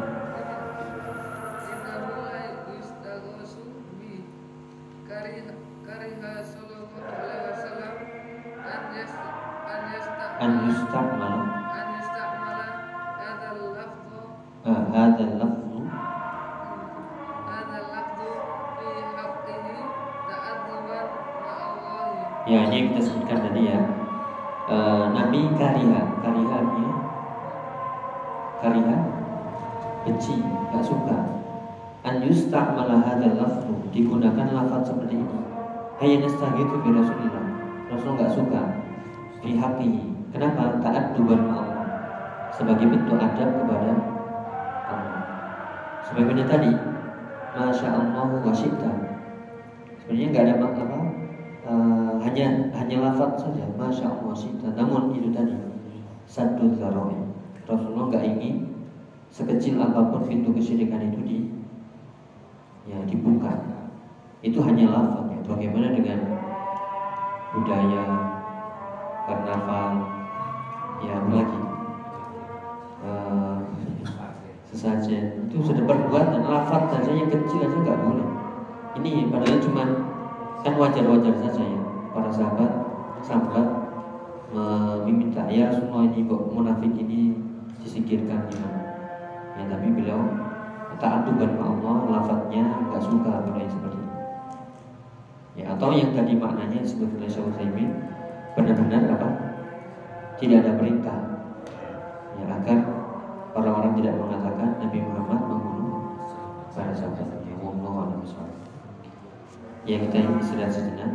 An yustakmala an yustakmala hadzal lafdhu ah hadzal lafdhu hadzal lafdhu fi haqqihi ta'adzuban ma'allahi. Ya, ini yang kita sebutkan tadi ya. E, Nabi kariha, kariha artinya kariha benci, gak suka. An yustakmala hadzal lafdhu, digunakan lafaz seperti ini. Hayya nastaghiitsu bi Rasulillah. Rasul gak suka fi haqqihi. Kenapa? Ta'adduban Allah, sebagai bentuk adab kepada Allah. Sebagaimana tadi, Masya Allah wa syi'ta. Sebenarnya nggak ada apa, uh, hanya hanya lafaz saja, Masya Allah wa syi'ta. Namun itu tadi saddu dzara'i. Rasulullah nggak ingin sekecil apapun pintu kesyirikan itu di ya dibuka. Itu hanya lafaz. Ya. Bagaimana dengan budaya karnaval? Ya lagi uh, sesajen itu sudah perbuatan, lafaz saja yang kecil aja nggak boleh. Ini padahal cuma kan wajar-wajar saja ya. Para sahabat sahabat meminta ya semua ini kok munafik ini disingkirkan gimana? Ya tapi beliau ta'adduban Allah, lafaznya nggak suka boleh seperti itu. Ya atau yang tadi maknanya sebetulnya Syekh Utsaimin benar-benar apa? Tidak ada perintah ya, agar orang-orang tidak mengatakan Nabi Muhammad membunuh para sahabat. Wallahu a'lam bishawab. Ya kita istirahat sejenak.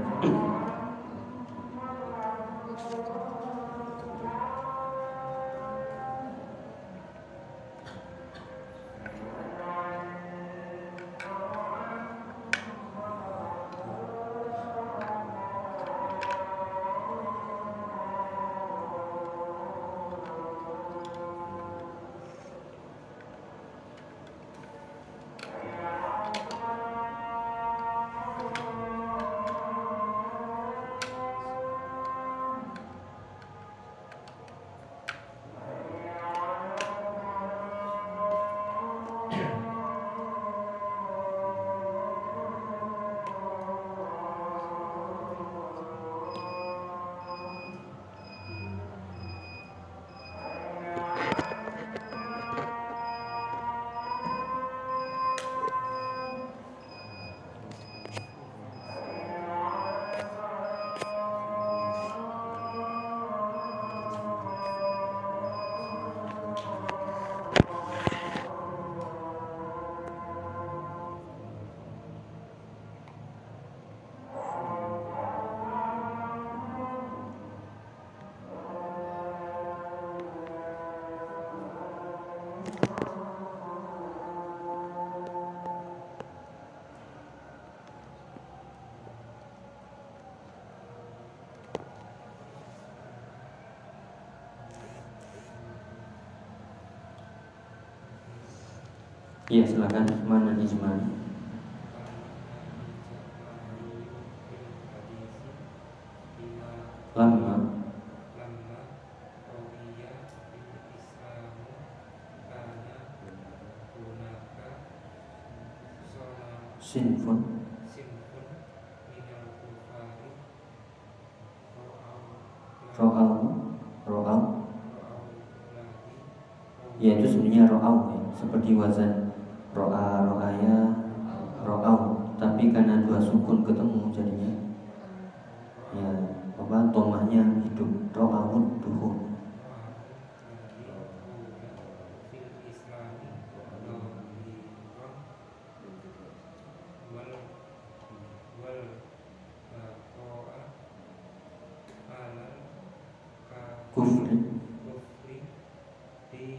Iya silakan, mana Ismail? Lama sinfun ro'au ro'au ya itu sebenarnya ro'au ya, seperti wazan ro'a ro'aya ro'au, tapi karena dua sukun ketemu jadinya ya apa tomahnya hidup, ro'aun duhur. Kufri batina. Ya, itu sebenarnya ro'au ya, seperti wazan ro'a ro'aya ro'au, tapi karena dua sukun ketemu jadinya ya apa tomahnya hidup, ro'aun duhur. Wal wal uh, ro'a ala ka, ala ka, ala, ka, tina, sumun, uh, wal wal uh, ro'a ala ka, ala, ka, tina, sumun, wal wal uh, ro'a ala ka, ala, ka, tina, sumun,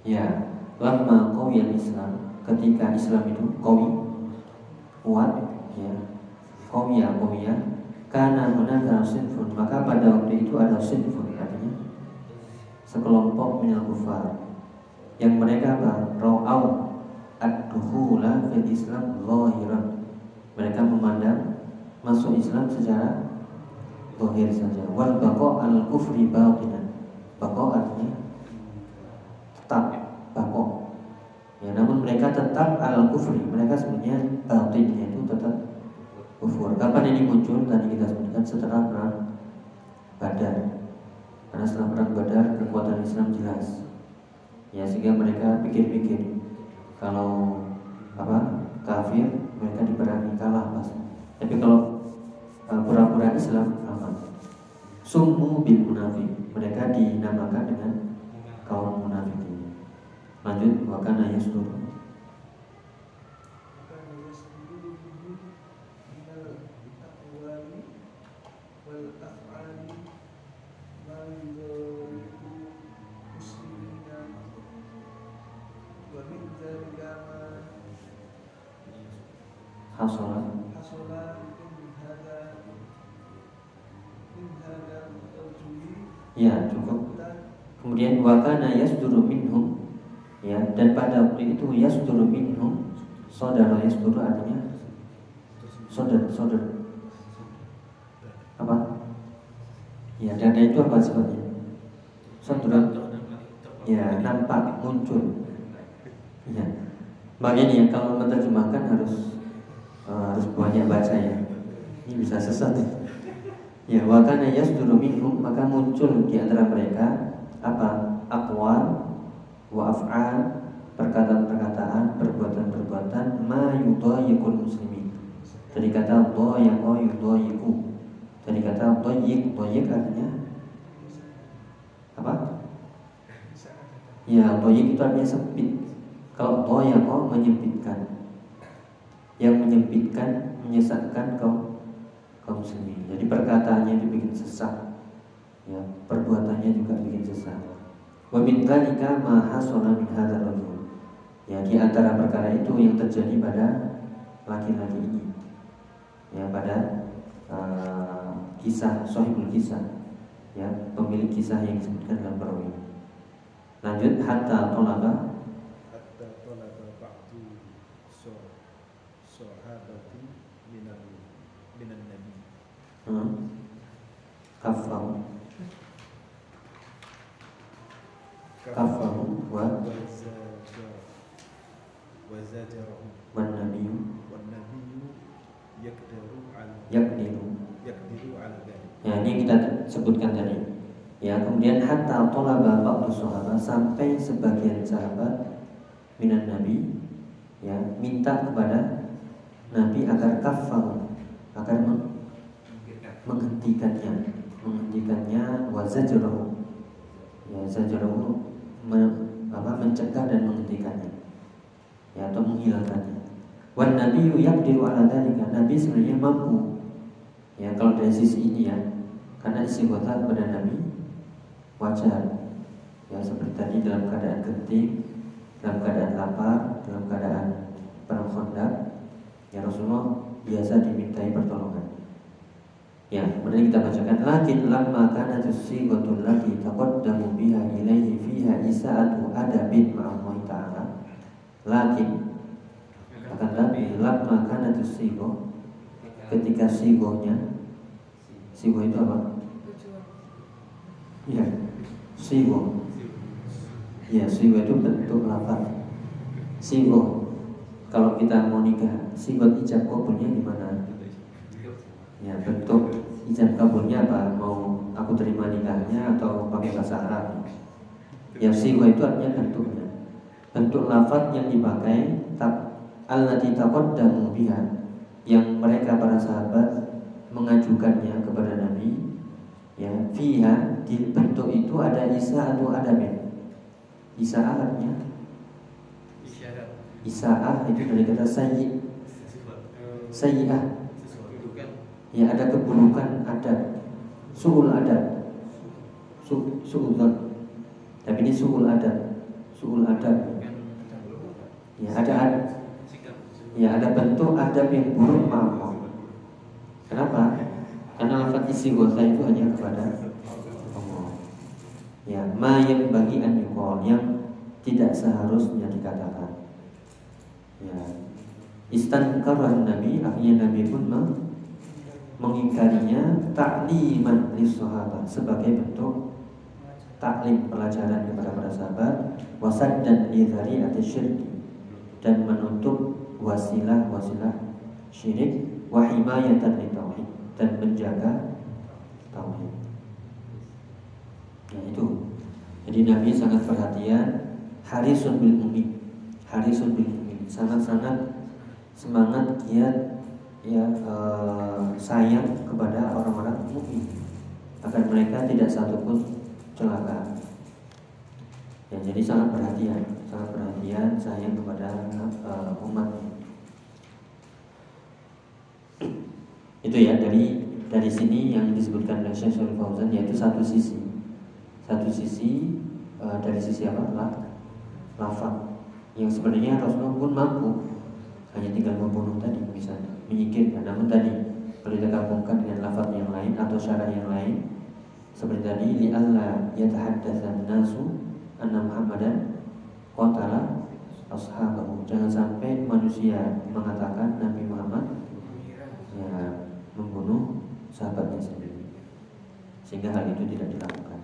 Ya, lama qawiyal Islam, ketika Islam itu qawi, kuat, ya, qawiya qawiya, kana hunaka sinfun, maka pada waktu itu ada sinfun, artinya sekelompok minal kufar yang mereka apa? Ra'au ad-dukhula fil Islam zahiran. Mereka memandang masuk Islam secara zahir saja. Wal baqa' al-kufri batinan. Baqa' artinya tetap, baqa'. Ya, namun mereka tetap al-kufri. Mereka sebenarnya batinnya itu tetap kufur. Kapan ini muncul? Tadi kita sebutkan setelah perang Badar. Karena setelah perang Badar kekuatan Islam jelas. Ya, sehingga mereka pikir-pikir kalau apa kafir mereka diperangi kalah pasti. Tapi kalau uh, pura-pura Islam aman. Summu bil munafik, mereka dinamakan dengan kaum munafik ini. Lanjut, wa kana yasdur. Hasolah. Ya, cukup. Kemudian wakana yasduru minhum, ya, dan pada waktu itu yasduru minhum, saudara yasduru artinya saudara saudara apa? Ya, dada itu apa sebabnya? Saudara. Ya, nampak muncul. Ya, makanya ya, kalau menerjemahkan harus uh, harus banyak baca ya. Ini bisa sesat. Ya, wakana yasduru minhum, maka muncul di antara mereka apa? Aqwal wa af'al, perkataan-perkataan, perbuatan-perbuatan ma yudayyiqul muslimin. Dari kata dhayaqa yudayyiqu. Dari kata dhayyiq, dhayyiq artinya apa? Ya, dhayyiq itu artinya sempit. Kalau dhayaqa menyempitkan. Yang menyempitkan, menyesatkan kaum kaum muslimin. Jadi perkataannya itu bikin sesak, ya, perbuatannya juga bikin sesak. Wa min dzalika ma hasala min hadzal rajul. Ya, di antara perkara itu yang terjadi pada laki-laki ini. Ya, pada uh, kisah sahibul kisah, ya, pemilik kisah yang disebutkan dalam perawi. Lanjut, hatta tolaba hatta tolaba ba'du sahabati minan minan nabi hmm. Kafaru Kafaru wa wazajarahu wan nabiyyu wan nabiyyu yaqdiru ala yaqdiru. yaqdiru ala dzalik. Ya, ini kita sebutkan tadi. Ya, kemudian hatta tolaba ba'du sahabat, sampai sebagian sahabat minan nabi, ya, minta kepada Nabi agar kafaru, agar meng- menghentikannya, menghentikannya wa zajrahu. Ya, zajrahu me- apa, mencegah dan menghentikannya. Ya, atau menghilangkannya. Wan nabiyyu yaqdiru ala dzalika. Nabi sebenarnya mampu. Ya, kalau dari sisi ini ya, karena istighotsah kepada Nabi wajar. Ya, seperti tadi dalam keadaan genting, dalam keadaan lapar, dalam keadaan perang Khandaq, ya Rasulullah biasa dimintai pertolongan. Ya, kemudian kita bacakan, lakin lamma kana tusighatul lati taqaddamu biha ilaihi fiha isa'atu adabin ma'allahi ta'ala. Lakin akan tapi lamma kana tusigho, ketika sigohnya, sigoh itu apa? Ya, sigoh. Ya, sigoh itu bentuk lafaz. Sigoh. Kalau kita mau nikah, sigoh ijab kabulnya gimana? Ya, bentuk ijab kabulnya apa? Mau aku terima nikahnya atau pakai bahasa Arab? Ya, sigoh itu artinya bentuknya. Bentuk lafaz yang dipakai tak allati taqaddamu biha, yang mereka para sahabat mengajukannya kepada Nabi. Ya, fiha, di bentuk itu ada isa atau adabin. Isa'ah artinya isyarat Isa'ah itu dari kata sayyi. Sayyi'ah, sesuatu kan ya, ada keburukan adab. Su'ul adab, Su, su'udzon. Tapi ini su'ul adab. suul adab. Bukan Ya ada ada sikap. ya ada bentuk adab yang buruk sama Allah. Kenapa? Karena lafaz istighotsah itu hanya kepada Allah. Ya, ma yang bagi an yuqal, yang tidak seharusnya dikatakan. Ya, istankaran Nabi, akhirnya Nabi pun mengingkarinya takliman lis sahabat, sebagai bentuk taklim, pelajaran kepada para sahabat, wasad dan lidhari atau syirki, dan menutup wasilah-wasilah syirik, wahimayatan li tauhid, dan menjaga tauhid. Nah itu. Jadi Nabi sangat perhatian, harisun bil mu'min, harisun bil mu'min, sangat-sangat semangat giat ya eh, sayang kepada orang-orang mukmin agar mereka tidak satupun celaka. Ya, jadi sangat perhatian, sangat perhatian sayang kepada uh, umat. Itu ya dari dari sini yang disebutkan oleh Syekh Shalih Fauzan, yaitu satu sisi, satu sisi uh, dari sisi apa? Lah, lafaz yang sebenarnya Rasulullah pun mampu, hanya tinggal membunuh tadi misalnya, menyingkirkan. Namun tadi kalau digabungkan dengan lafaz yang lain atau syarat yang lain, seperti tadi li alla yatahaddatsan nasu anna Muhammadan qatala ashabahu, jangan sampai manusia mengatakan Nabi Muhammad ya membunuh sahabatnya sendiri, sehingga hal itu tidak dilakukan.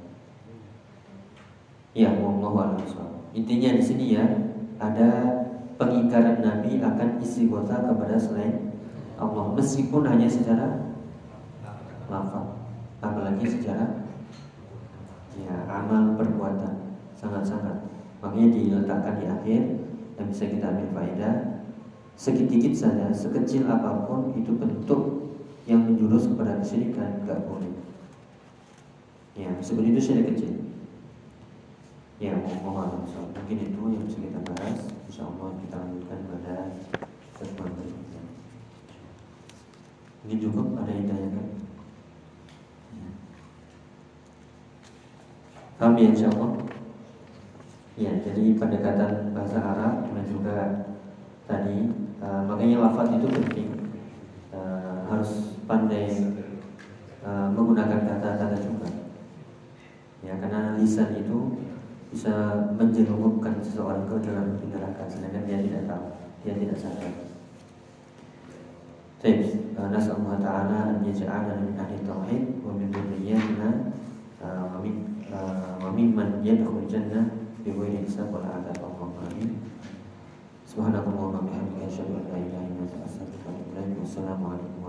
Ya, wallahu a'lam bishawab. Intinya di sini ya ada pengingkaran Nabi akan istighotsah kepada selain Allah, meskipun hanya secara lafaz, apalagi secara ya amal perbuatan, sangat-sangat. Makanya diletakkan di akhir dan bisa kita ambil faedah. Sedikit saja, sekecil apapun itu bentuk yang menjurus kepada kesyirikan, enggak boleh. Ya, seperti itu syirik kecil. Ya, mohon maaf. Mungkin itu yang bisa kita bahas. Insyaallah kita lanjutkan pada pertemuan berikutnya. Mungkin cukup, ada yang ditanyakan? Ya. Paham ya insyaallah? Ya, jadi pendekatan bahasa Arab dan juga tadi uh, makanya lafaz itu penting, uh, harus pandai uh, menggunakan kata-kata juga. Ya, karena lisan itu bisa menjerumuskan seseorang ke dalam neraka, sedangkan dia tidak tahu, dia tidak sadar. Baik, nasallahu ta'ala an yaj'alana min ahli tauhid wa min dzurriyyatina wa min wa mimman yadkhulul jannah bi ghairi hisab wala adab. Allahumma amin. Subhanakallahumma wa bihamdika asyhadu an la ilaha illa anta astaghfiruka wa atubu ilaik. Wassalamu alaikum.